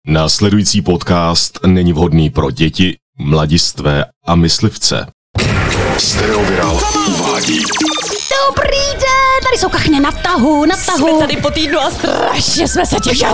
Následující podcast není vhodný pro děti, mladistvé a myslivce. Stereoviral uvádí. Dobrý den, tady jsou kachny na tahu. Jsme tady po týdnu a strašně jsme se těšili.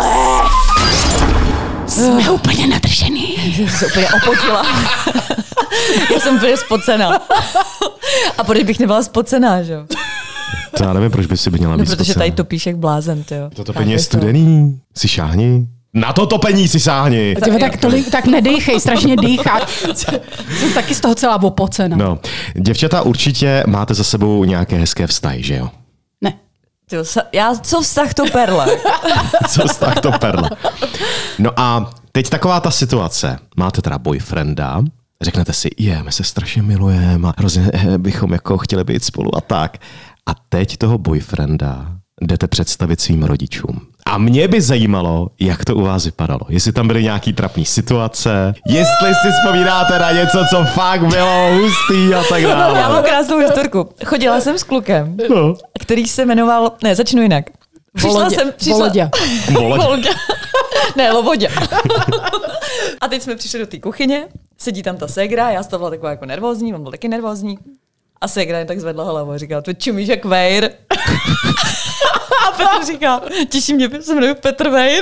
Jsme úplně nadržený. Jsem se úplně opotila. Já jsem úplně spocená. A proč bych nebyla spocená, že jo? To já nevím, proč by si měla být spocená. Protože tady topíš jak blázen, tyjo. To topení je studený, si šáhni. Na to topení si sáhni. Tak nedejchej, strašně dýchat. Jsem taky z toho celá opocena. No, děvčata, určitě máte za sebou nějaké hezké vztahy, že jo? Ne. Co vztah to perle? Co vztah to perle? No a teď taková ta situace. Máte teda boyfrienda, řeknete si, my se strašně milujeme a hrozně bychom jako chtěli být spolu a tak. A teď toho boyfrienda jdete představit svým rodičům. A mě by zajímalo, jak to u vás vypadalo. Jestli tam byly nějaký trapný situace, jestli si vzpomínáte na něco, co fakt bylo hustý a tak dále. Já mám krásnou historku. Chodila jsem s klukem, který se jmenoval, začnu jinak. Volodě. Ne, Lovodě. A teď jsme přišli do té kuchyně, sedí tam ta ségra, já jsem byla taková jako nervózní, on byl taky nervózní. A ségra jen tak zvedla hlavu a říkala, to čumíš jak vejr. A Petr říká, těší mě, se jmenuji Petr Vejr.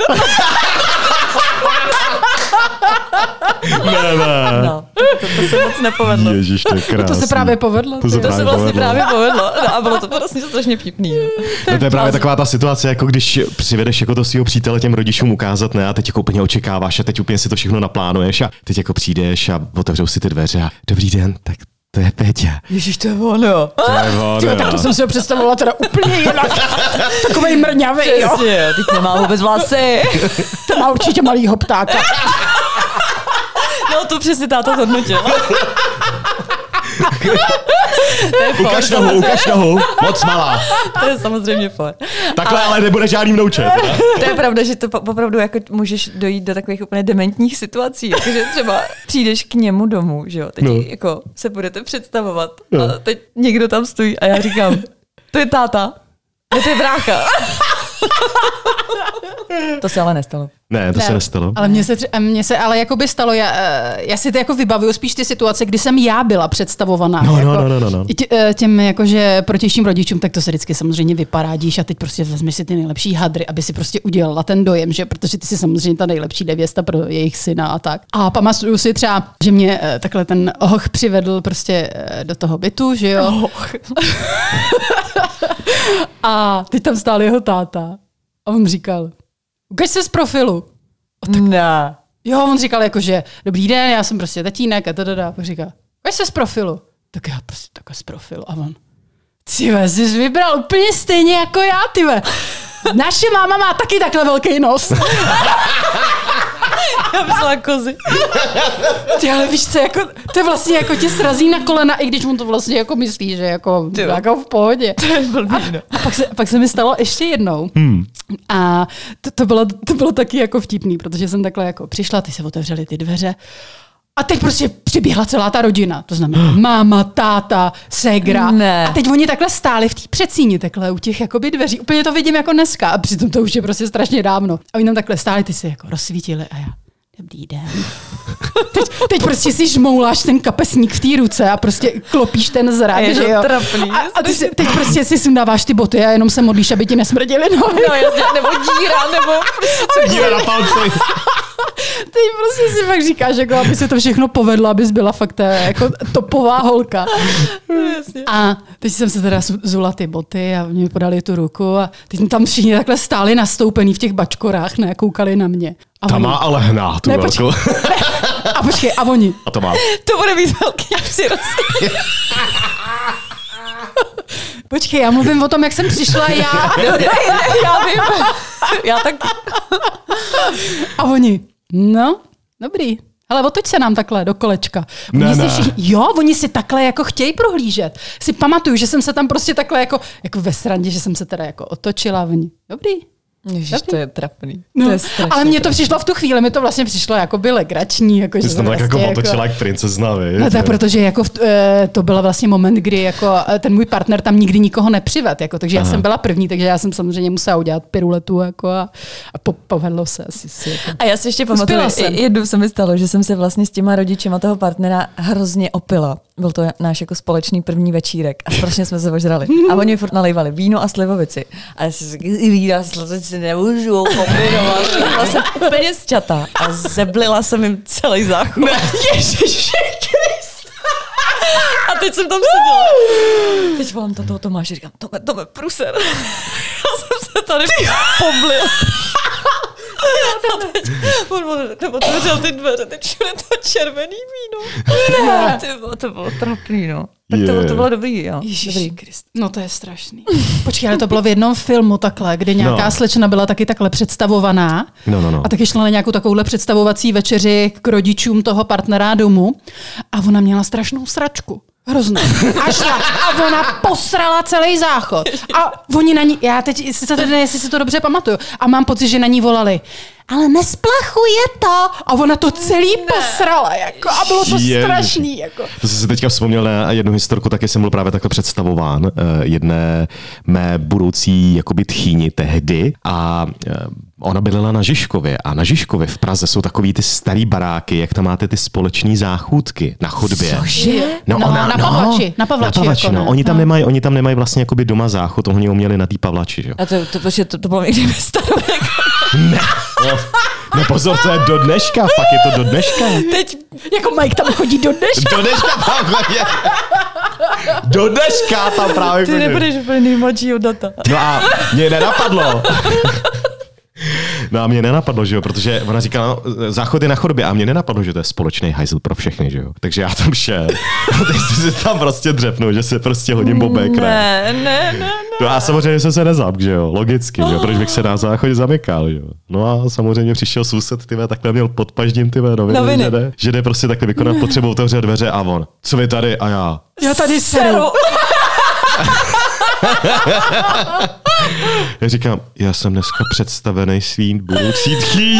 Ne. No, to se moc nepovedlo. Ježiš, to je krásný. To se právě povedlo. To se vlastně právě povedlo. No, a bylo to vlastně strašně vtipný. No to je právě taková ta situace, jako když přivedeš jako to svého přítele těm rodičům ukázat, ne? A teď jako úplně očekáváš a teď úplně si to všechno naplánuješ a teď jako přijdeš a otevřou si ty dveře a dobrý den, tak to je Péťa. Ježiš, to je ono. Tak to jsem si ho představovala teda úplně jinak. Takovej mrňavý, jo. Přesně, teď nemá vůbec vlasy. To má určitě malýho ptáka. No to přesně táta zhodnotil. Ukaž nohu, moc malá. To je samozřejmě for. Takhle ale nebude žádný vnoučet. To je pravda, že to opravdu jako můžeš dojít do takových úplně dementních situací. Jakože třeba přijdeš k němu domů, že jo, teď jako se budete představovat a teď někdo tam stojí a já říkám, to je táta, to je brácha. To se ale nestalo. Ne, to se nestalo. Ale mně se ale jako by stalo, já si to jako vybavuju spíš ty situace, kdy jsem já byla představovaná. No. Těm jakože protějším rodičům, tak to se vždycky samozřejmě vyparádíš a teď prostě vezmeš si ty nejlepší hadry, aby si prostě udělala ten dojem, že protože ty jsi samozřejmě ta nejlepší nevěsta pro jejich syna a tak. A pamatuju si třeba, že mě takhle ten hoch přivedl prostě do toho bytu, že jo. A teď tam stál jeho táta a on říkal, ukaž se z profilu. Ne. Jo, on říkal jakože, dobrý den, já jsem prostě tatínek a teda. A říká, ukaž se z profilu. Tak já prostě takhle z profilu. A on, tyve, jsi vybral úplně stejně jako já, tyve. Naše máma má taky takhle velký nos. Já myslela kozy. Ty, ale víš co, jako, to je vlastně jako tě srazí na kolena, i když mu to vlastně jako myslí, že jako v pohodě. To je blbý, no. A pak se mi stalo ještě jednou. A to bylo taky jako vtipný, protože jsem takhle jako přišla, ty se otevřely ty dveře. A teď prostě přiběhla celá ta rodina. To znamená máma, táta, ségra. Ne. A teď oni takhle stáli v té předsíni, takhle u těch jakoby dveří. Úplně to vidím jako dneska. A přitom to už je prostě strašně dávno. A oni tam takhle stáli, ty se jako rozsvítili a já. Dobrý den. Teď prostě si žmouláš ten kapesník v té ruce a prostě klopíš ten zrak, že jo. Trapný. A ty teď prostě si sundáváš ty boty a jenom se modlíš, aby ti nesmrdily nohy. No jasně, nebo díra, nebo Díra na palci. Teď prostě si fakt říkáš, jako, aby se to všechno povedlo, abys byla fakt jako topová holka. A teď jsem se teda zula ty boty a oni mi podali tu ruku a teď tam všichni takhle stáli nastoupený v těch bačkorách, ne, koukali na mě. A ta má ale hná, tu velkou. A počkej, a oni. A to má. To bude být velký přirost. Počkej, já mluvím o tom, jak jsem přišla já. Já vím. Já taky. A oni, no, dobrý. Ale otoč se nám takhle do kolečka. Oni si takhle jako chtějí prohlížet. Si pamatuju, že jsem se tam prostě takhle jako ve srandě, že jsem se teda jako otočila. Oni, dobrý. Ježiš, to je trapný. No, To je strašně ale mně to trapný. přišlo v tu chvíli, mi to vlastně přišlo jakoby legrační. Jako, Ty že jsi tam tak vlastně jako otočila jak princezna, víš? No tak protože jako to byl vlastně moment, kdy jako ten můj partner tam nikdy nikoho nepřivedl, jako, takže já jsem byla první, takže já jsem samozřejmě musela udělat piruletu jako a povedlo se asi si. Jako. A já si ještě pamatuju, jednou se mi stalo, že jsem se vlastně s těma rodičema toho partnera hrozně opila. Byl to náš jako společný první večírek a strašně jsme se ožrali. A oni mi furt nalejvali víno a slivovici. A já si víno a slivovici nemůžu kombinovat. Byla jsem úplně zčatá a zeblila jsem jim celý záchod. Ježiši Kriste. A teď jsem tam seděla. Teď volám toho Tomáše, říkám, Tome, pruser. Já jsem se tady poblil. On otevřel ty dveře, teď všude to červený víno. Ne. To bylo trapný, no. Tak to bylo dobrý, jo. Dobrý. No to je strašný. Počkej, ale to bylo v jednom filmu takhle, kde nějaká slečna byla taky takhle představovaná a taky šla na nějakou takovouhle představovací večeři k rodičům toho partnera domů a ona měla strašnou sračku. Hroznou. A šla a ona posrala celý záchod. A oni na ní, já teď, jestli si to dobře pamatuju, a mám pocit, že na ní volali, ale nesplachuje to. A ona to celý posrala, jako, a bylo to strašný. Jako. To jsem si teďka vzpomněl na jednu historku, taky jsem byl právě takhle představován jedné mé budoucí jakoby tchýni tehdy a ona bydlela na Žižkově a na Žižkově v Praze jsou takový ty starý baráky, jak tam máte ty společný záchůdky na chodbě. Cože? Na Pavlači. Na Pavlači jako, no. Oni tam nemají vlastně jakoby doma záchod, oni ho měli na té Pavlači. Že? A to bylo někdy ve starověku. Ne. No pozor, to je do dneška, fakt je to do dneška. Teď, jako Mike tam chodí do dneška. Do dneška tam chodí. Do dneška tam právě chodí. Ty nebudeš úplně nejmladšího data. No a mě nenapadlo. No a mě nenapadlo, že jo, protože ona říkala, no, záchod je na chodbě a mě nenapadlo, že to je společný hajzl pro všechny, že jo. Takže já tam šel. A teď si tam prostě dřepnu, že se prostě hodím bobek. Ne. No a samozřejmě jsem se nezamk, že jo, logicky, že jo, proč bych se na záchodě zamykal, že jo. No a samozřejmě přišel soused, tyhle, takhle měl pod paždím, noviny. Že jde prostě takhle vykonat potřebu, otevře dveře a on, co vy tady a já. Já tady seru. Já říkám, já jsem dneska představený svým budoucí tchýni.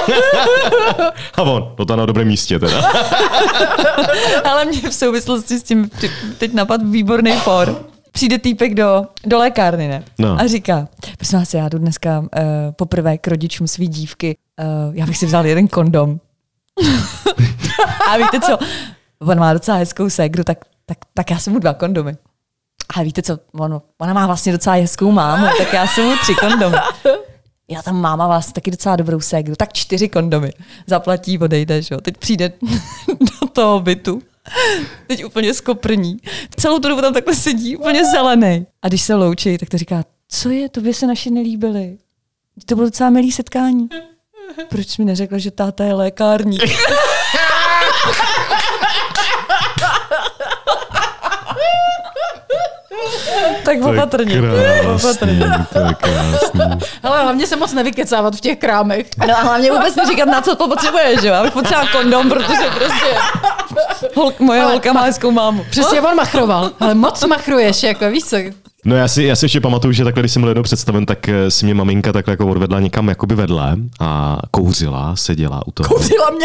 A on, no to na dobrém místě teda. Ale mě v souvislosti s tím teď napadl výborný for. Přijde týpek do lékárny, ne? No. A říká, prosím vás, já jdu dneska poprvé k rodičům svý dívky. Já bych si vzal jeden kondom. A víte co? On má docela hezkou ségru, tak já jsem mu 2 kondomy. A víte co, ona má vlastně docela hezkou mámu, tak já jsem mu 3 kondomy. Já tam máma vlastně taky docela dobrou ségru, tak 4 kondomy. Zaplatí, odejde, že jo. Teď přijde do toho bytu, teď úplně skoprní. Celou tu dobu tam takhle sedí, úplně zelený. A když se loučí, tak to říká, co je, tobě se naši nelíbily. To bylo docela milý setkání. Proč jsi mi neřekla, že táta je lékárník? Tak opatrně. To je krásný. Ale hlavně se moc nevykecávat v těch krámech. No a hlavně vůbec neříkat, na co to potřebuješ, jo? Abych potřebovala kondom, protože prostě moje holka má hezkou mámu. Přesně on machroval, ale moc machruješ, jako víš co. No já si ještě pamatuju, že takhle, když jsem byl jednou představen, tak si mě maminka takhle jako odvedla někam jakoby vedle a kouřila, seděla u toho. Kouřila mě.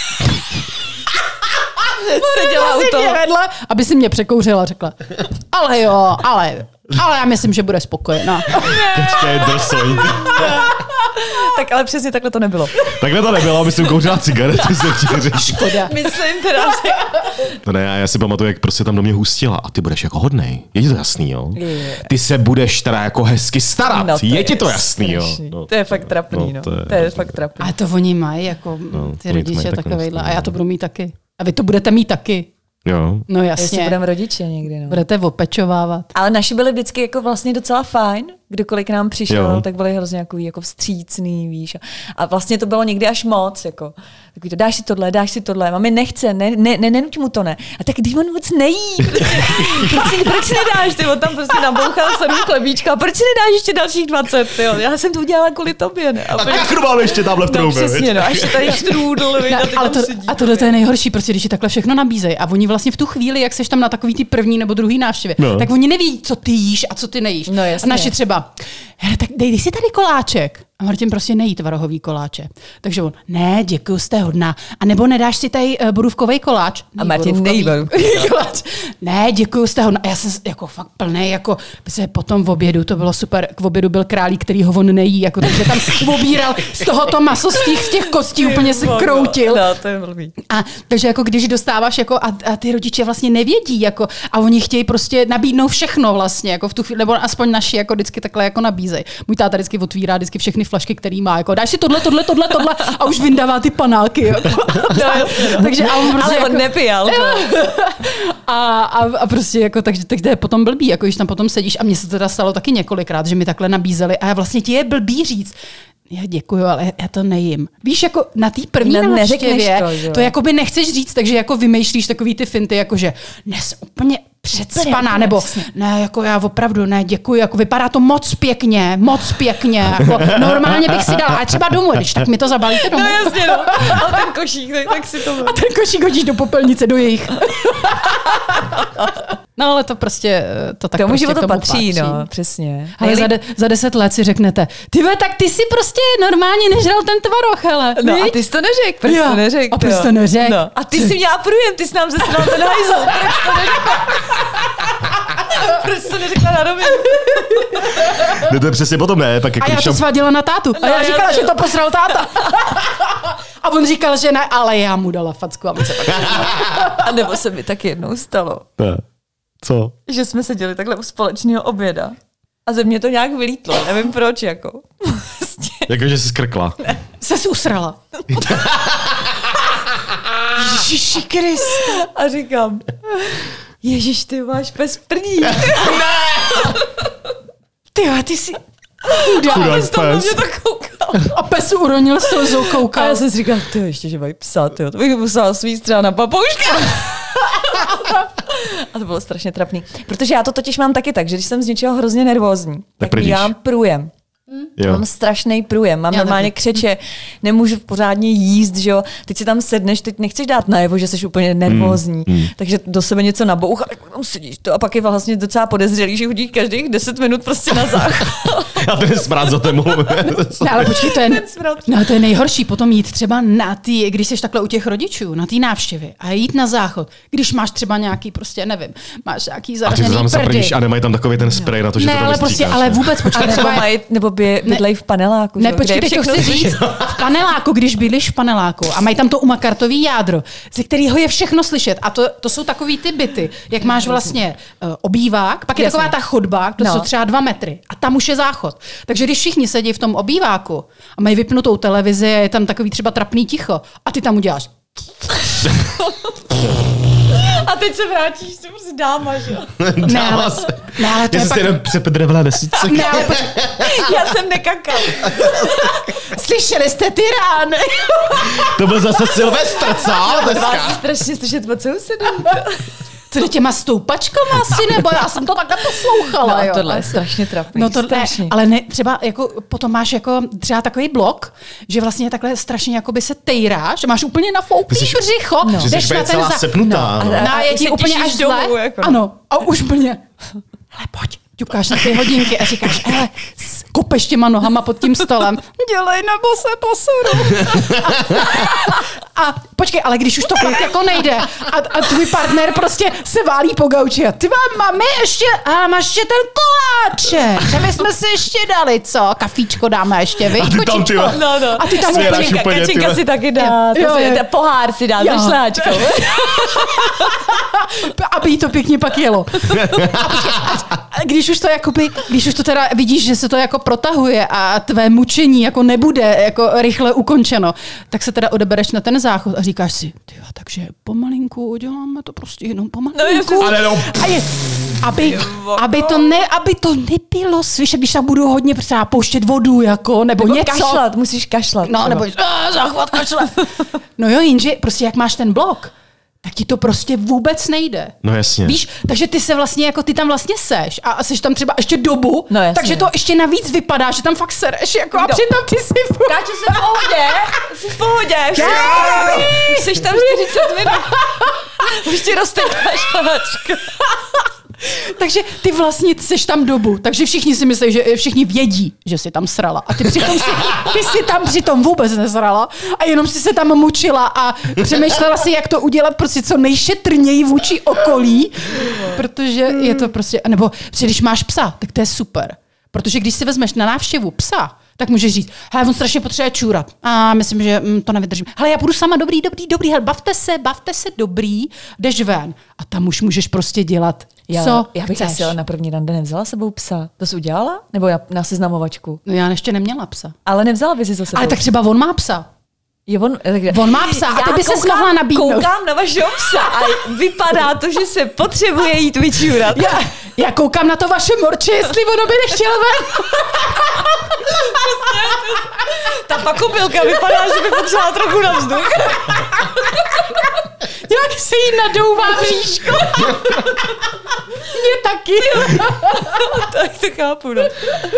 Seděla u toho. Vedle, aby si mě překouřila, řekla. Ale jo, ale já myslím, že bude spokojená. Počkej, drsoň. Tak ale přesně takhle to nebylo. Takhle to nebylo, myslím, kouřila cigaretu, jsem chtěl říct. Škoda. Myslím teda. No ne, já si pamatuju, jak prostě tam do mě hustila. A ty budeš jako hodnej. Je ti to jasný, jo? Ty se budeš teda jako hezky starat. No, je ti to jasný, jo? No, to je fakt trapný, no. To je fakt trapný. Ale to oni mají, jako ty rodiče takovejhle. A já to budu mít taky. A vy to budete mít taky. Jo. No jasně. Jestli budeme rodiče někdy, no. Budete opečovávat. Ale naši byli vždycky jako vlastně docela fajn. Kdokoliv k nám přišel, tak byli hrozně jako vstřícný, víš. A vlastně to bylo někdy až moc, jako. Takový to, dáš si tohle, mami nechce, nenuť mu to, ne. A tak když on moc nejí, proč nedáš, ty, on tam prostě nabouchal 7 chlebíčka, proč nedáš ještě dalších 20, jo. Já jsem to udělala kvůli tobě, ne. A kachru máme ještě tamhle v troubě, no, přesně, no, a ještě tady štrůdl, a tohle to je nejhorší, prostě když ti takhle všechno nabízejí. A oni vlastně v tu chvíli, jak seš tam na takový ty první nebo druhý návštěvě, tak oni neví, co ty jíš a co ty nejíš. No, a naši třeba, tak dej si tady koláček. A Martin prostě nejí tvarohový koláče. Takže on, ne, děkuju, jste hodná. A nebo nedáš si tady borůvkovej koláč? A Martin nejí borůvkový koláč. Ne, děkuju, jste hodná. A já jsem jako fakt plnej, jako potom v obědu, to bylo super, k obědu byl králík, který ho on nejí, jako, takže tam obíral z tohoto maso z těch kostí, úplně se kroutil. No, to je blbý. A takže jako když dostáváš jako a ty rodiče vlastně nevědí, jako, a oni chtějí prostě nabídnout všechno vlastně, jako v tu chvíli, nebo aspoň naši jako vždycky takhle jako nabízejí. Můj táta vždycky otvírá vždycky všechny flašky, který má, jako dáš si tohle a už vyndává ty panáky. Jako. Takže a on prostě ale on jako, nepijal. a prostě jako, takže to je potom blbý, jako když tam potom sedíš a mně se to teda stalo taky několikrát, že mi takhle nabízeli a vlastně ti je blbý říct, já děkuju, ale já to nejím. Víš, jako na té první návštěvě, to jakoby nechceš říct, takže jako vymýšlíš takový ty finty, jakože dnes úplně předspaná, nebo ne, jako já opravdu ne, děkuji, jako vypadá to moc pěkně, jako normálně bych si dala, ale třeba domů, když tak mi to zabalíte domů. No jasně, no. A ten košík, tak si to... A ten košík hodíš do popelnice, do jejich. No ale to prostě, to tak tomu prostě životu k tomu patří, no, přesně. Ale za 10 let si řeknete, tak ty si prostě normálně nežral ten tvaroh, hele. No viď? a ty jsi to neřekl, proč to neřekl? A proč to neřekl? No. A ty jsi měla průjem, ty jsi nám zesral ten hajzl, proč to neřekla? Proč to neřekla na rovinu? No to je přesně potom, ne? Pak jako a já to svadila na tátu. A já říkala, že to posral táta. A on říkal, že ne, ale já mu dala facku a my se pak... A nebo se mi tak jednou stalo. Ne. Co? Že jsme seděli takhle u společného oběda a ze mě to nějak vylítlo, nevím proč, jako. Jako, že jsi skrkla. Se usrala. Ježiši Kriste. A říkám, Ježiš, ty máš pes prdí. Ty jsi... Chudák Z toho mě to koukal. A pes uronil slzou, koukal. A já jsem si říkal, ty ještě, že mají psa, tyjo, to bych musela svít třeba na papouška. A to bylo strašně trapný. Protože já to totiž mám taky tak, že když jsem z něčeho hrozně nervózní, tak mám průjem. Jo. Mám strašný průjem, mám normálně křeče, nemůžu pořádně jíst, že jo. Teď si tam sedneš, teď nechceš dát najevo, že jsi úplně nervózní, takže do sebe něco nabouchá, tam sedíš to a pak je vlastně docela podezřelý, že chodí každých 10 minut prostě na záchod. A ten smrad za tebou. No, ale počkej, to je nejhorší potom jít třeba když jsi takhle u těch rodičů, na té návštěvě a jít na záchod, když máš třeba nějaký prostě, nevím, máš nějaký zaražený prdy. A nemají tam takový ten spray na to, že ne, to ale prostě, ale vůbec počkej, nebo bydlejí v paneláku. Ne, počkej, teď to chci říct. V paneláku, když bydlíš v paneláku a mají tam to umakartový jádro, ze kterého je všechno slyšet. A to jsou takový ty byty, jak máš vlastně obývák, pak je taková ta chodba, to jsou třeba 2 metry a tam už je záchod. Takže když všichni sedí v tom obýváku a mají vypnutou televizi, je tam takový třeba trapný ticho a ty tam uděláš. A teď se vrátíš, to prostě dáma, že jo? Ne, ale to je pak... jenom přepedrevla desítce. Ne, ale já jsem nekakal. Slyšeli jste ty rány? To byl zase Silvestr, co? Vás je strašně slyšet od sousedů. Co do těma stoupačkama asi, nebo já jsem to takhle poslouchala. No, tohle je strašně trapný. No to ne, ale ne, třeba jako, potom máš jako třeba takový blok, že vlastně takhle strašně jakoby se tejráš, že máš úplně nafouklý břicho, jdeš na ten sepnutá. A je ti úplně až zle. Jako. Ano, a už úplně, hele pojď, ťukáš na ty hodinky a říkáš, hele, kopeš těma nohama pod tím stolem, dělej nebo se poseru. A počkej, ale když už to fakt jako nejde a tvůj partner prostě se válí po gauči a ty mami ještě, máš ještě ten koláček, že bychom si ještě dali, co? Kafíčko dáme ještě, víš, kočičko? No. A ty tam Kačinka si taky dá, pohár si dá se šláčkou. Aby jí to pěkně pak jelo. A když už to teda vidíš, že se to jako protahuje a tvé mučení jako nebude jako rychle ukončeno, tak se teda odebereš na ten záchod a říkáš si, takže pomalinku uděláme to prostě jenom pomalinku. Aby to nebylo slyšet, když tam budu hodně třeba pouštět vodu jako, nebo něco. Kašlat, musíš kašlat. No, nebo záchvat kašlat. No jo, jenže prostě jak máš ten blok, tak ti to prostě vůbec nejde. No jasně. Víš, takže ty se vlastně jako ty tam vlastně seš a seš tam třeba ještě dobu, no, takže to ještě navíc vypadá, že tam fakt sereš jako a přitom ty si Káču, jsi v pohodě. Jsi tam 40 minut. Už ti roste ta šláčka. Takže ty vlastně seš tam dobu, takže všichni si myslí, že všichni vědí, že jsi tam srala. A ty si tam přitom vůbec nesrala a jenom si se tam mučila a přemýšlela si, jak to udělat prostě co nejšetrněji vůči okolí, protože je to prostě, nebo když máš psa, tak to je super. Protože když si vezmeš na návštěvu psa, tak můžeš říct, hele, on strašně potřebuje čůrat. A myslím, že to nevydržím. Hele, já půjdu sama, dobrý, hele, bavte se, dobrý, jdeš ven. A tam už můžeš prostě dělat, co Já bych chceš. asi ale na první rande nevzala sebou psa. To jsi udělala? Nebo na seznamovačku? No já ještě neměla psa. Ale nevzala by si za sebou. Ale tak třeba on má psa. On má psa a ty by se mohla nabídnout. Koukám na vašeho psa a vypadá to, že se potřebuje jít vyčůrat. Já koukám na to vaše morče, jestli ono by nechtěl ven. Ta pakopilka vypadá, že by potřebovala trochu na vzduch. Jak se jí nadouvá bříško. Mě taky. Tak to chápu, no.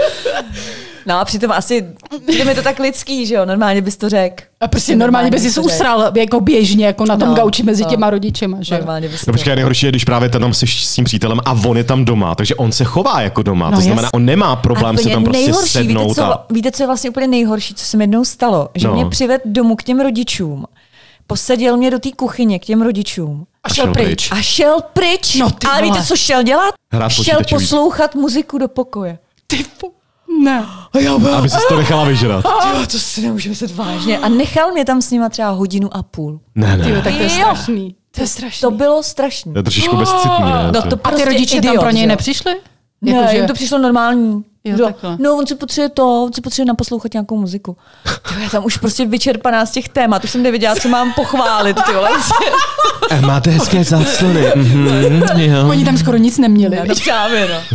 No a přitom asi, je to tak lidský, že jo, normálně bys to řekl. A prostě normálně bys si usral jako běžně, jako na tom gauči mezi těma rodičema, že jo. No počkej, nejhorší je, když právě tam jsi s tím přítelem a on je tam doma, takže on se chová jako doma, to znamená, on nemá problém si tam prostě sednout. Víte, co je vlastně úplně nejhorší, co se mi jednou stalo? Že mě přived domů k těm rodičům, posadil mě do té kuchyně k těm rodičům. A šel pryč. No, ale víte, co šel dělat? Šel poslouchat muziku do pokoje. Ne. Aby si to nechala vyžrat. Jo, to si nemůžu myslet vážně. A nechal mě tam s nima třeba 1,5 hodiny. Ne. Tyjo, tak to je strašný. To je strašný. To bylo strašný. To je trošičku bezcitný, ne? No to a ty rodiče idiot, tam pro něj nepřišli? Ne, jim to přišlo normální. Jo, on si potřebuje naposlouchat nějakou muziku. Já tam už prostě vyčerpaná z těch témat, už jsem nevěděla, co mám pochválit. Máte hezké záclony. Oni tam skoro nic neměli. No právě, no.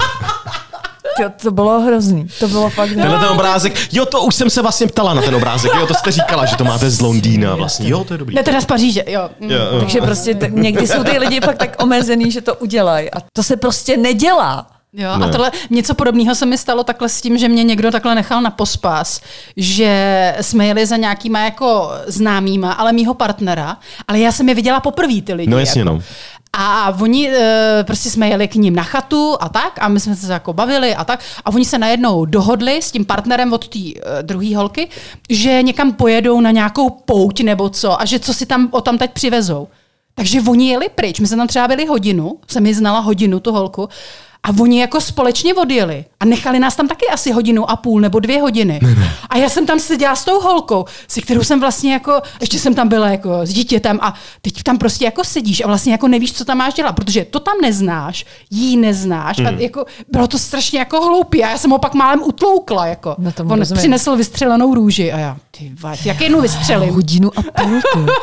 To bylo hrozný. To bylo fakt. Tenhle ten obrázek, to už jsem se vlastně ptala na ten obrázek. To jste říkala, že to máte z Londýna vlastně. Jo, to je dobrý. Ne, teda z Paříže, jo. Takže prostě někdy jsou ty lidi fakt tak omezený, že to udělají. A to se prostě nedělá. Jo, ne. A tohle něco podobného se mi stalo takhle s tím, že mě někdo takhle nechal na pospas, že jsme jeli za nějakýma jako známýma, ale mýho partnera, ale já jsem je viděla poprvé ty lidi. No jasně, jako. no. A oni, prostě jsme jeli k ním na chatu a tak a my jsme se jako bavili a tak a oni se najednou dohodli s tím partnerem od té druhé holky, že někam pojedou na nějakou pouť nebo co a že co si tam odtamtud přivezou. Takže oni jeli pryč, my jsme tam třeba byli hodinu, jsem ji znala hodinu, tu holku, a oni jako společně odjeli a nechali nás tam taky asi 1,5 hodiny nebo 2 hodiny. A já jsem tam seděla s tou holkou, se kterou jsem vlastně jako, ještě jsem tam byla jako s dítětem a teď tam prostě jako sedíš a vlastně jako nevíš, co tam máš dělat, protože to tam neznáš, jí neznáš a jako bylo to strašně jako hloupý a já jsem ho pak málem utloukla, jako. No on přinesl vystřelenou růži a já, jak jednu vystřelím? 1,5 hodiny.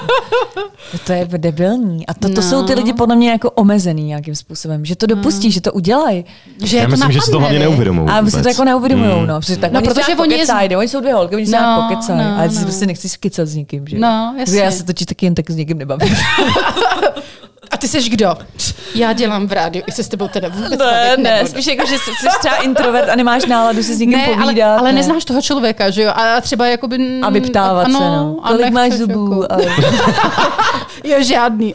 To je debilní. A to jsou ty lidi podle mě jako omezený nějakým způsobem, že to dopustí, že to udělají. Že já myslím, že si to hlavně neuvědomují. A my si to jako neuvědomujou, no. Tak protože oni jsou 2 holky, oni se nějak pokecají. Ale ty si prostě nechceš kecat s nikým, že? No, jasně. Já se točí taky jen tak s nikým nebavím. A ty seš kdo? Já dělám v rádiu, i se s tebou teda vůbec ne, spíš jako, že jsi třeba introvert a nemáš náladu si s někým povídat. Ale neznáš toho člověka, že jo? A třeba jakoby... A vyptávat se, no. Kolik máš zubů? Jako... Jo, žádný.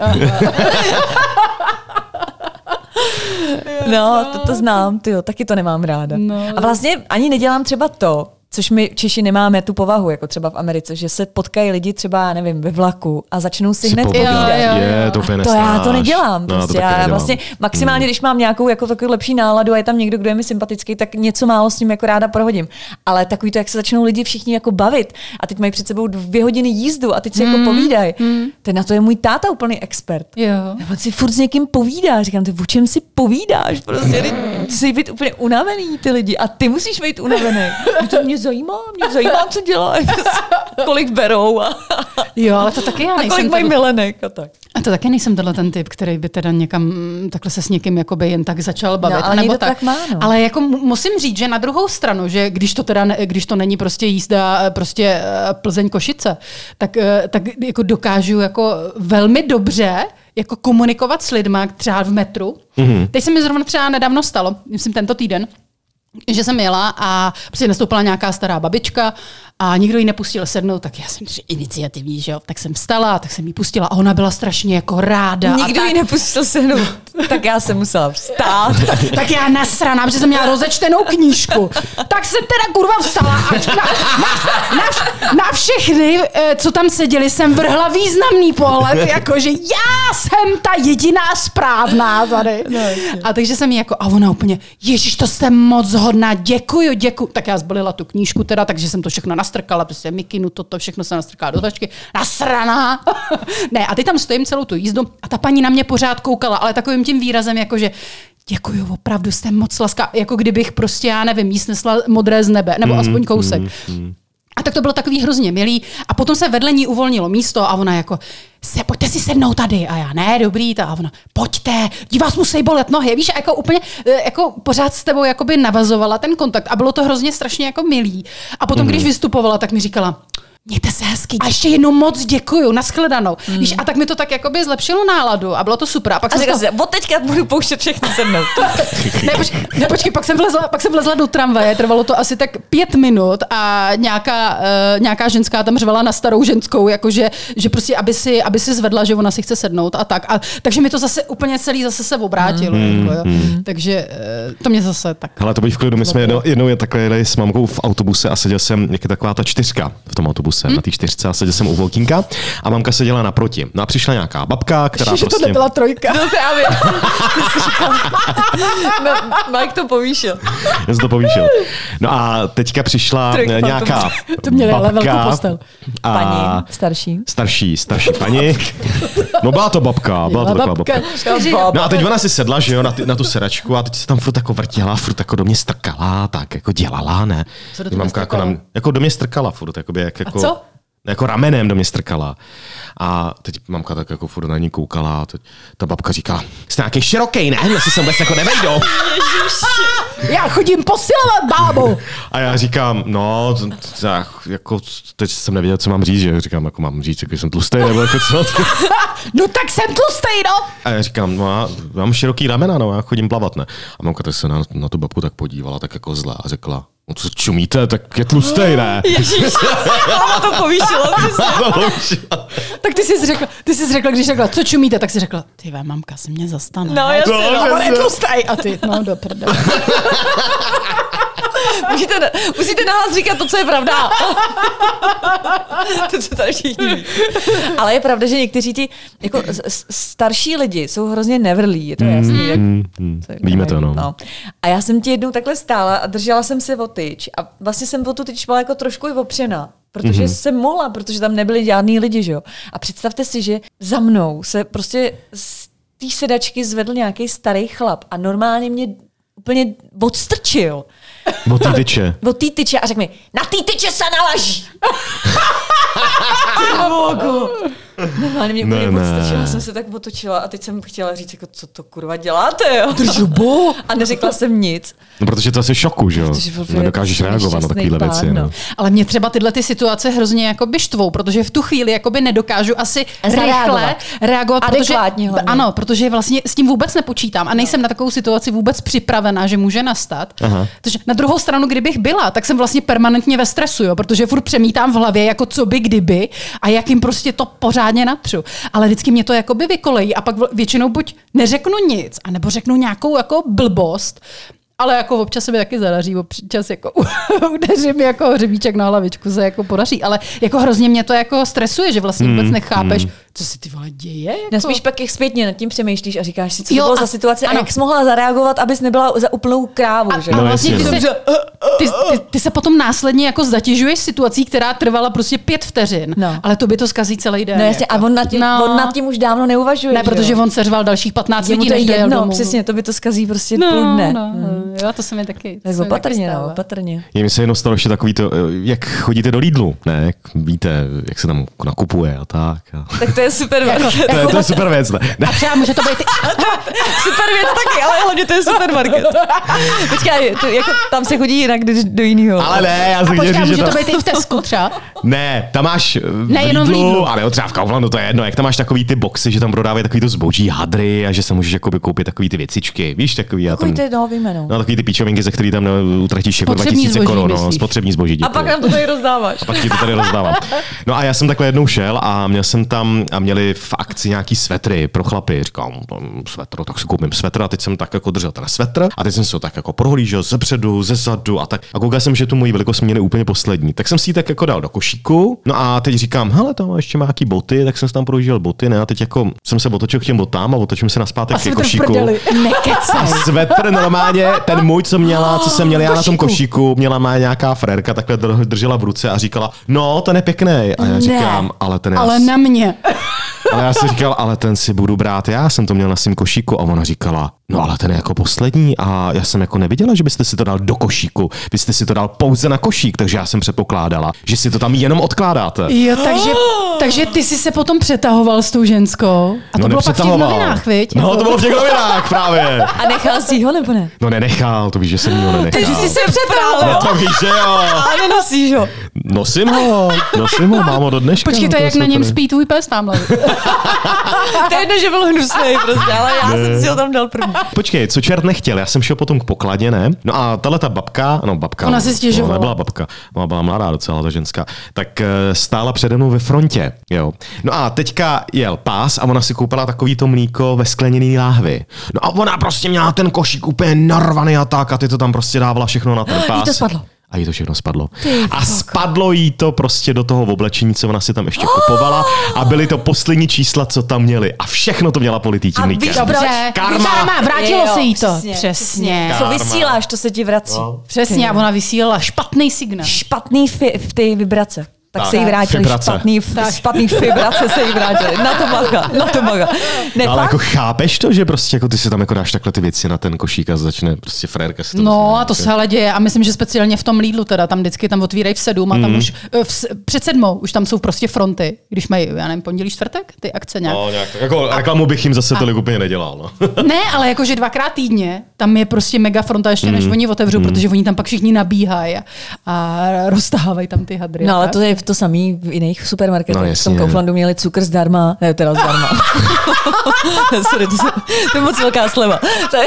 No, to znám, tyjo, taky to nemám ráda. No. A vlastně ani nedělám třeba to, což my Češi nemáme tu povahu, jako třeba v Americe, že se potkají lidi třeba, nevím, ve vlaku a začnou si hned povídat. To já to nedělám. Prostě. Já vlastně maximálně, když mám nějakou jako takovou lepší náladu a je tam někdo, kdo je mi sympatický, tak něco málo s ním jako ráda prohodím. Ale takový to, jak se začnou lidi všichni jako bavit a teď mají před sebou 2 hodiny jízdu a teď si jako povídají. Teď na to je můj táta úplný expert. On si furt s někým povídá. Říkám, ty o čem si povídáš? Prostě ty jsi být úplně unavený ty lidi a ty musíš být unavený. Mě zajímá, co dělají, kolik berou jo, ale to taky já nejsem. A kolik mají milenek a tak. A to taky nejsem ten typ, který by teda někam takhle se s někým jakoby jen tak začal bavit. No, ale nebo tak má, no. Ale jako musím říct, že na druhou stranu, že když to není prostě jízda prostě Plzeň-Košice, tak jako dokážu jako velmi dobře jako komunikovat s lidma třeba v metru. Teď se mi zrovna třeba nedávno stalo, myslím tento týden, že jsem jela a prostě nastoupila nějaká stará babička a nikdo ji nepustil sednout, tak já jsem iniciativní, že jo, tak jsem vstala, tak jsem ji pustila a ona byla strašně jako ráda. Nikdo ji nepustil sednout. Tak já jsem musela vstát. Tak já nasraná, že jsem měla rozečtenou knížku. Tak jsem teda kurva vstala a na všechny, co tam seděli, jsem vrhla významný pohled, jakože já jsem ta jediná správná tady. No, a takže jsem jí jako, a ona úplně, ježiš, to jste moc hodná, děkuju. Tak já zbalila tu knížku teda, takže jsem to všechno nastrkala, prostě mikinu, toto všechno jsem nastrkala do tašky, nasraná. Ne, a teď tam stojím celou tu jízdu a ta paní na mě pořád koukala, ale takovým tím výrazem, jakože děkuju, opravdu jste moc laskavá, jako kdybych prostě, já nevím, jí snesla modré z nebe, nebo aspoň kousek. A tak to bylo takový hrozně milý. A potom se vedle ní uvolnilo místo a ona jako, pojďte si sednout tady. A já, ne, dobrý. A ona, pojďte, vás musí bolet nohy. Víš, jako úplně, jako pořád s tebou jakoby navazovala ten kontakt. A bylo to hrozně strašně jako milý. A potom, když vystupovala, tak mi říkala, mějte se hezky. A ještě jednou moc děkuju, nashledanou. Víš, a tak mi to tak jakoby zlepšilo náladu a bylo to super. A pak jsem říkala si, od teďka budu pouštět všechny se mnou. Počkej, pak jsem vlezla do tramvaje, trvalo to asi tak 5 minut a nějaká ženská tam řvala na starou ženskou, jakože, že prostě, aby si zvedla, že ona si chce sednout a tak. Takže mi to zase úplně celý zase se obrátilo. Jako, takže to mě zase tak. Hele, to buď v klidu, my jsme jednou takhle jeli s mamkou v autobuse a seděl jsem, jak je taková ta 4 v tom autobuse. Na té 4 a seděl jsem u Volkínka a mamka seděla naproti. No a přišla nějaká babka, která že prostě... to nebyla 3. No právě. Mike to povýšil. Já jsem to povýšil. No a teďka přišla nějaká to měli ale velkou babka. postel. Paní, starší paní. No byla to babka, byla to taková babka. No a teď ona si sedla, že jo, na tu sedačku a teď se tam furt jako vrtěla, furt jako do mě strkala, tak jako dělala, ne? Co do tebe strkala? Jako do mě strkala furt, jako co? Jako ramenem do mě strkala. A teď mamka tak jako furt na ní koukala a teď ta babka říkala, jste nějaký široký, ne? Já si sem vůbec jako nevejdou. Já chodím posilovat bábu. A já říkám, no, jako teď jsem nevěděl, co mám říct, že říkám, jako mám říct, jako jsem tlustý, nebo jako co? No tak jsem tlustý, no. A já říkám, no já mám široký ramena, no, já chodím plavat, ne? A mamka tak se na tu babku tak podívala, tak jako zlá a řekla, no co čumíte, tak je tlustej, ne? Ježiš, ona to povýšila, přesně. Tak ty jsi řekla, když řekla, co čumíte, tak jsi řekla, ty mamka se mě zastane. No jasně, on je tlustej. A ty, no do prdele. Musíte nahlas říkat to, co je pravda. To, co tady všichni ví. Ale je pravda, že někteří ti jako starší lidi jsou hrozně nevrlí, je to jasný. Víme to, no. A já jsem ti jednou takhle stála a držela jsem si o tyč a vlastně jsem o tu tyč byla jako trošku i opřená. Protože jsem mohla, protože tam nebyli žádný lidi, že jo. A představte si, že za mnou se prostě z té sedačky zvedl nějaký starý chlap a normálně mě úplně odstrčil. Od té tyče a řekl mi, na té tyče se nalaží. Normálně mě úplně odstrčila, jsem se tak otočila a teď jsem chtěla říct, jako, co to kurva děláte, jo? Držbu. A neřekla jsem nic. No protože to asi šoku, že jo? Nedokážeš reagovat na takovéhle věci. No. Ale mě třeba tyhle ty situace hrozně jakoby štvou, protože v tu chvíli jakoby nedokážu asi rychle reagovat. Adekvátně protože, ano, protože vlastně s tím vůbec nepočítám a nejsem na takovou situaci vůbec připravená, že může nastat. Takže na druhou stranu, kdybych byla, tak jsem vlastně permanentně ve stresu, jo? Protože furt přemítám v hlavě, jako co by kdyby a jak jim prostě to pořádně natřu. Ale vždycky mě to jakoby vykolejí a pak většinou buď neřeknu nic, anebo řeknu nějakou jako blbost, ale jako občas se mi taky zadaří, občas jako udeřím jako hřebíček na hlavičku, se jako podaří, ale jako hrozně mě to jako stresuje, že vlastně vůbec nechápeš, co se ty vole děje. Jako... Nespíš pak jak zpětně nad tím přemýšlíš a říkáš si, co to bylo za situace a jak jsi mohla zareagovat, abys nebyla za úplnou krávu. Že? A vlastně ty se potom následně jako zatěžuješ situací, která trvala prostě 5 vteřin, ale to by to zkazí celý den. No jasně, jako. A on nad tím už dávno neuvažuje. Ne, protože on seřval dalších 15 lidí, než dojel domů. Přesně, to by to zkazí prostě půl dne. Jo, to se mi taky. Tak opatrně. Je mi se jenom stalo ještě takový to, jak chodíte do Lidlu, ne? Jak víte, jak se tam nakupuje a tak. Tak to je super věc. To je super věc, ne? A třeba může to být... Super věc taky, ale hlavně to je supermarket. Počkej, jako, tam se chodí jinak do jiného. Ale ne, já jsem chtěl říct, může to být i v Tesku třeba? Ne, tam máš v Lidlu, ale třeba v Kauflandu, to je jedno, jak tam máš takový ty boxy, že tam prodávají takový to zboží, hadry a že se můžeš jakoby koupit takový ty věcičky, víš, takový. No, takový ty píčovinky, ze kterých tam utratíš jako 2000 korun, no, spotřební zboží. A pak nám to tady rozdáváš. A pak ti to tady rozdávám. No a já jsem takhle jednou šel a měl jsem tam a měli v akci nějaký svetry pro chlapy. Říkám, svetr, tak si koupím svetr a teď jsem tak jako držel ten svetr a teď jsem se tak jako prohlížel zepředu, zezadu a tak. A koukal jsem, že tu moji velikost měli úplně poslední. Tak jsem si ji tak jako dal do košíku. No a teď říkám, hele, tam ještě má nějaký boty, tak jsem si tam prohlížel boty, ne? A teď jako jsem se otočil k těm botám a otočím se naspátek ke košíku. A svetr normálně, ten můj, co jsem měl já na tom košíku, měla má nějaká frérka, takhle držela v ruce a říkala, no, ten je pěkný. A já říkám, ale ten je... Ale na mě. Ale já si říkal, ale ten si budu brát já, jsem to měl na svým košíku a ona říkala, no ale ten je jako poslední a já jsem jako neviděla, že byste si to dal do košíku, vy jste si to dal pouze na košík, takže já jsem předpokládala, že si to tam jenom odkládáte. Jo, takže ty jsi se potom přetahoval s tou ženskou a to bylo pak v těch novinách, viď? No, to bylo v těch novinách právě. A nechal jsi ho nebo ne? No nenechal, to víš, že jsem ho nenechal. Takže jsi se přetahal. No to víš, že jo. A nenosíš ho. Nosím ho, mám ho do dneška. Počkej, to je jak na něm spí tvůj pes tamhle. To je jedno, že byl hnusnej prostě, ale já jsem si ho tam dal první. Počkej, co čert nechtěl, já jsem šel potom k pokladě, ne? No a tahleta babka, ona si stěžovala. Nebyla babka, ona byla mladá docela, ta ženská, tak stála přede mnou ve frontě, jo. No a teďka jel pás a ona si koupila takovýto mlíko ve skleněný láhvi. No a ona prostě měla ten košík úplně narvaný a tak a ty to tam prostě dávala všechno na ten pás. Jí to spadlo. A jí to všechno spadlo. A spadlo jí to prostě do toho oblečení, co ona si tam ještě kupovala a byly to poslední čísla, co tam měli. A všechno to měla politý tím mlíkem. Dobře, karma, vrátilo se jí to. Přesně. Co vysíláš, to se ti vrací. No. Přesně, a ona vysílala špatný signál. Špatný v ty vibrace. Tak se jí vrátili špatný vibrace se jí vrátili. Na to bacha. No, ale jako chápeš to, že prostě jako ty si tam jako dáš takhle ty věci na ten košík a začne prostě frérka si to no a to se ale děje a myslím, že speciálně v tom Lidlu teda, tam vždycky tam otvírají v 7 a tam už před 7 už tam jsou prostě fronty, když mají, já nevím, pondělí, čtvrtek, ty akce nějak. No nějak, jako reklamu bych jim zase tolik úplně nedělal. No. Ne, ale jakože 2x týdně, tam je prostě mega fronta ještě než oni otevřou, protože oni tam pak všichni nabíhají a roztahávají tam ty hadry. No ale to je to samý v jiných supermarketech. No, v tom Kauflandu měli cukr zdarma, ne, teda zdarma. Sorry, to je moc velká sleva.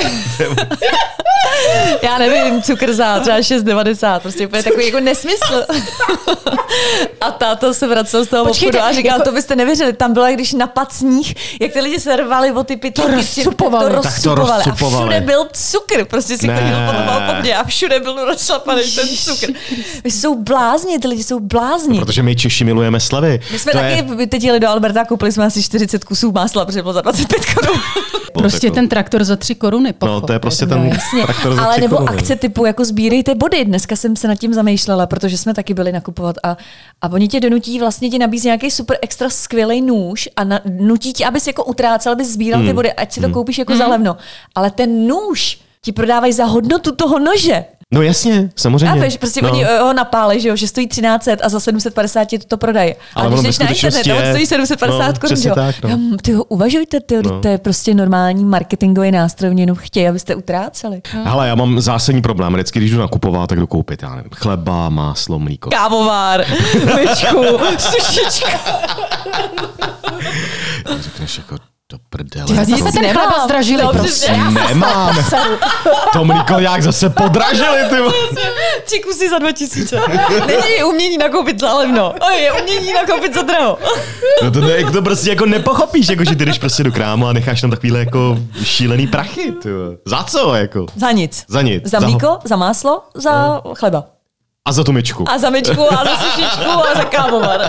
Já nevím, cukr za třeba 6,90, prostě úplně takový jako nesmysl. A táto se vracel z toho obchodu a říkal, to byste nevěřili, tam bylo, když napad sníh, jak ty lidi se rvali o ty pytlíky, to rozcupovali. A všude byl cukr, prostě si chodil po tom balkoně a všude byl rozšlapaný ten cukr. Jsou blázni, ty lidi jsou blázni. No, protože my Češi milujeme slevy. My jsme taky teď jeli do Alberta, koupili jsme asi 40 kusů másla, protože bylo za 25 korun. Prostě ten traktor za 3 koruny. No, to je prostě ten traktor za 3 ale nebo koruny. akce typu jako sbírejte body. Dneska jsem se nad tím zamýšlela, protože jsme taky byli nakupovat a oni tě donutí, vlastně ti nabízí nějaký super extra skvělý nůž a nutí ti, abys jako utrácel, abys sbíral ty body, ať si to koupíš jako za levno. Ale ten nůž ti prodávají za hodnotu toho nože. No jasně, samozřejmě. A víš, prostě oni ho napálí, že stojí 1300 a za 750 ti to prodají. Ale když jdeš na internet, on stojí 750 korun, že jo. Uvažujte, to je prostě normální marketingový nástroj, oni jenom chtějí, abyste utráceli. Hele, já mám zásadní problém. Vždycky, když jdu nakupovat, tak jdu koupit, já nevím, chleba, máslo, mlíko. Kávovár, myčku, sušičku. Řekneš jako do prdele. Ty jste ten chleba zdražili, prostě. Nemáme. To mlíko nějak zase podražili, ty. 3 kusy za 2000. Není umění nakoupit za levno. Je umění nakoupit za draho. No to prostě jako nepochopíš, jako, že ty jdeš prostě do krámu a necháš tam takovýhle jako šílený prachy. Ty. Za co? Jako? Za nic. Za nic. Za mlíko, za máslo, za chleba. A za tu myčku. A za myčku, a za sušičku, a za kávovar.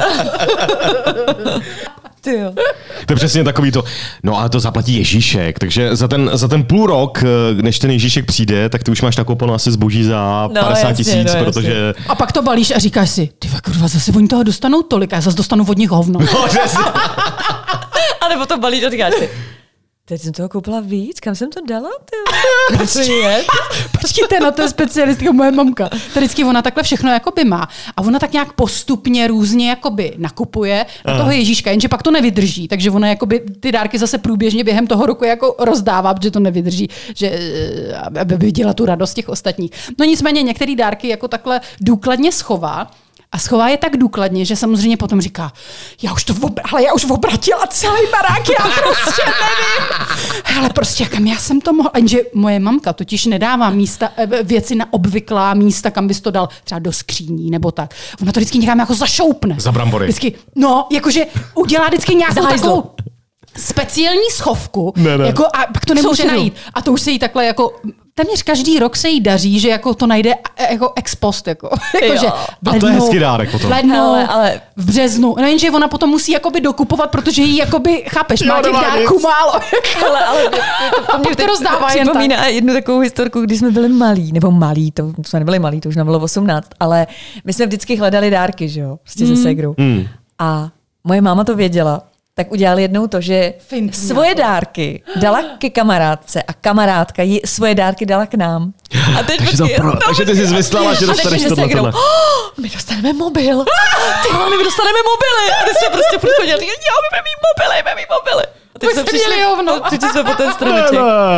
Tyjo. To je přesně takový to, no ale to zaplatí Ježíšek, takže za ten půl rok, než ten Ježíšek přijde, tak ty už máš nakoupeno asi zboží za 50 000, protože... A pak to balíš a říkáš si, ty kurva, zase oni toho dostanou tolik a já zase dostanu od nich hovno. No, a nebo to balíš a říkáš si, teď jsem toho koupila víc, kam jsem to dala? Co je? Počkejte, no to je specialistka moje mamka. To vždycky ona takhle všechno jakoby má. A ona tak nějak postupně různě jakoby nakupuje na toho Ježíška, jenže pak to nevydrží. Takže ona jakoby ty dárky zase průběžně během toho roku jako rozdává, protože to nevydrží, že aby viděla tu radost těch ostatních. No nicméně některé dárky jako takhle důkladně schová. A schová je tak důkladně, že samozřejmě potom říká, já už obratila celý barák, já prostě nevím. Ale prostě kam já jsem to mohla. Jenže moje mamka totiž nedává věci na obvyklá místa, kam bys to dal třeba do skříní nebo tak. Ona to vždycky někam jako zašoupne. Za brambory. Vždycky, no, jakože udělá vždycky nějakou takovou speciální schovku, Ne. jako, a pak to nemůže najít. A to už se jí takhle jako téměř každý rok se jí daří, že jako to najde jako ex post. Jako že a to je hezký dárek potom. V lednu, ale v březnu. No jenže ona potom musí jakoby dokupovat, protože jí jakoby, chápeš, má těch dárků málo. Ale to mě to rozdává jen připomíná jednu takovou historku, když jsme byli malí, to jsme nebyli malí, to už nám bylo 18, ale my jsme vždycky hledali dárky, že jo, prostě se ségrou. A moje máma to věděla, tak udělali jednou to, že svoje dárky dala ke kamarádce a kamarádka jí svoje dárky dala k nám. A teď takže ty jsi zmyslela, že dostaneš tohle. My dostaneme mobil. Ty vole, my dostaneme mobily. A ty jsme prostě chodili, jo, my budeme mít mobily. A teď jsme přišli, teď jsme po ten stromeček.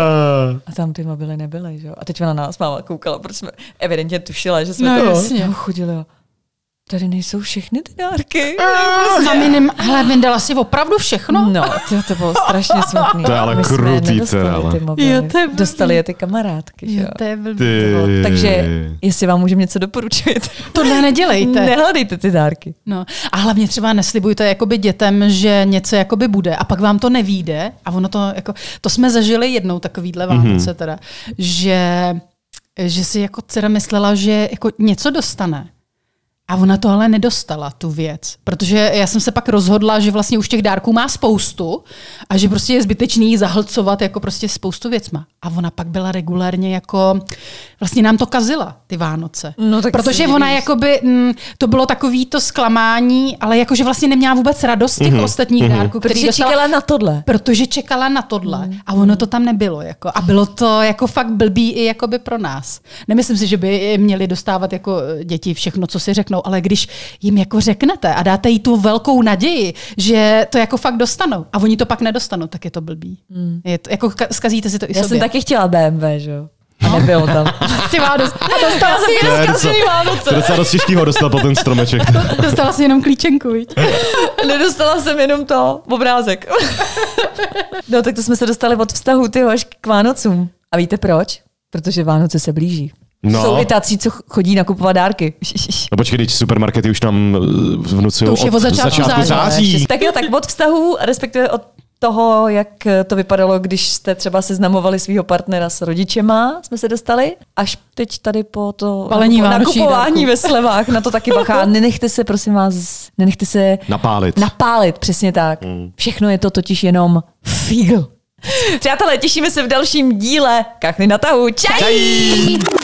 A tam ty mobily nebyly, že jo. A teď ona na nás máma koukala, protože jsme evidentně tušila, že jsme to chodili. Tady nejsou všechny ty dárky. Hele, vyndala si opravdu všechno? No, to bylo strašně smutný. To je ale krutý. Dostali je ty kamarádky. Jo, to je takže jestli vám můžeme něco doporučit. Tohle nedělejte. Nehledejte ty dárky. No. A hlavně třeba neslibujte jakoby dětem, že něco jakoby bude a pak vám to nevyjde. A ono to jako, to jsme zažili jednou takovýhle Vánoce teda, že si jako dcera myslela, že jako něco dostane. A ona to ale nedostala, tu věc. Protože já jsem se pak rozhodla, že vlastně už těch dárků má spoustu a že prostě je zbytečný zahlcovat jako prostě spoustu věcma. A ona pak byla regulárně jako, vlastně nám to kazila, ty Vánoce. No, tak protože ona jakoby, to bylo takový to zklamání, ale jakože vlastně neměla vůbec radost těch ostatních dárků, který dostala. Čekala na tohle. Protože čekala na tohle. A ono to tam nebylo. Jako. A bylo to jako fakt blbý i jakoby pro nás. Nemyslím si, že by měli dostávat jako děti všechno, co si řeknou, ale když jim jako řeknete a dáte jí tu velkou naději, že to jako fakt dostanou a oni to pak nedostanou, tak je to blbý. Je to, jako zkazíte si to i já sobě. Já jsem taky chtěla BMW, že jo? A nebylo tam. Ty dostala si jenom zkažený Vánoce. To je docela dost těžkýho dostat po ten stromeček. Dostala si jenom klíčenku, viď? Nedostala jsem jenom to, obrázek. No tak to jsme se dostali od vztahu až k Vánocům. A víte proč? Protože Vánoce se blíží. No. Jsou i tací, co chodí nakupovat dárky. No počkej, teď supermarkety už tam vnucují od začátku září. Tak jo, tak od vztahu, respektive od toho, jak to vypadalo, když jste třeba seznamovali svého partnera s rodičema, jsme se dostali, až teď tady po to nakupování ve slevách, na to taky bacha. Nenechte se, prosím vás, napálit, přesně tak. Všechno je to totiž jenom fígl. Přátelé, těšíme se v dalším díle Kachny na tahu. Čaj!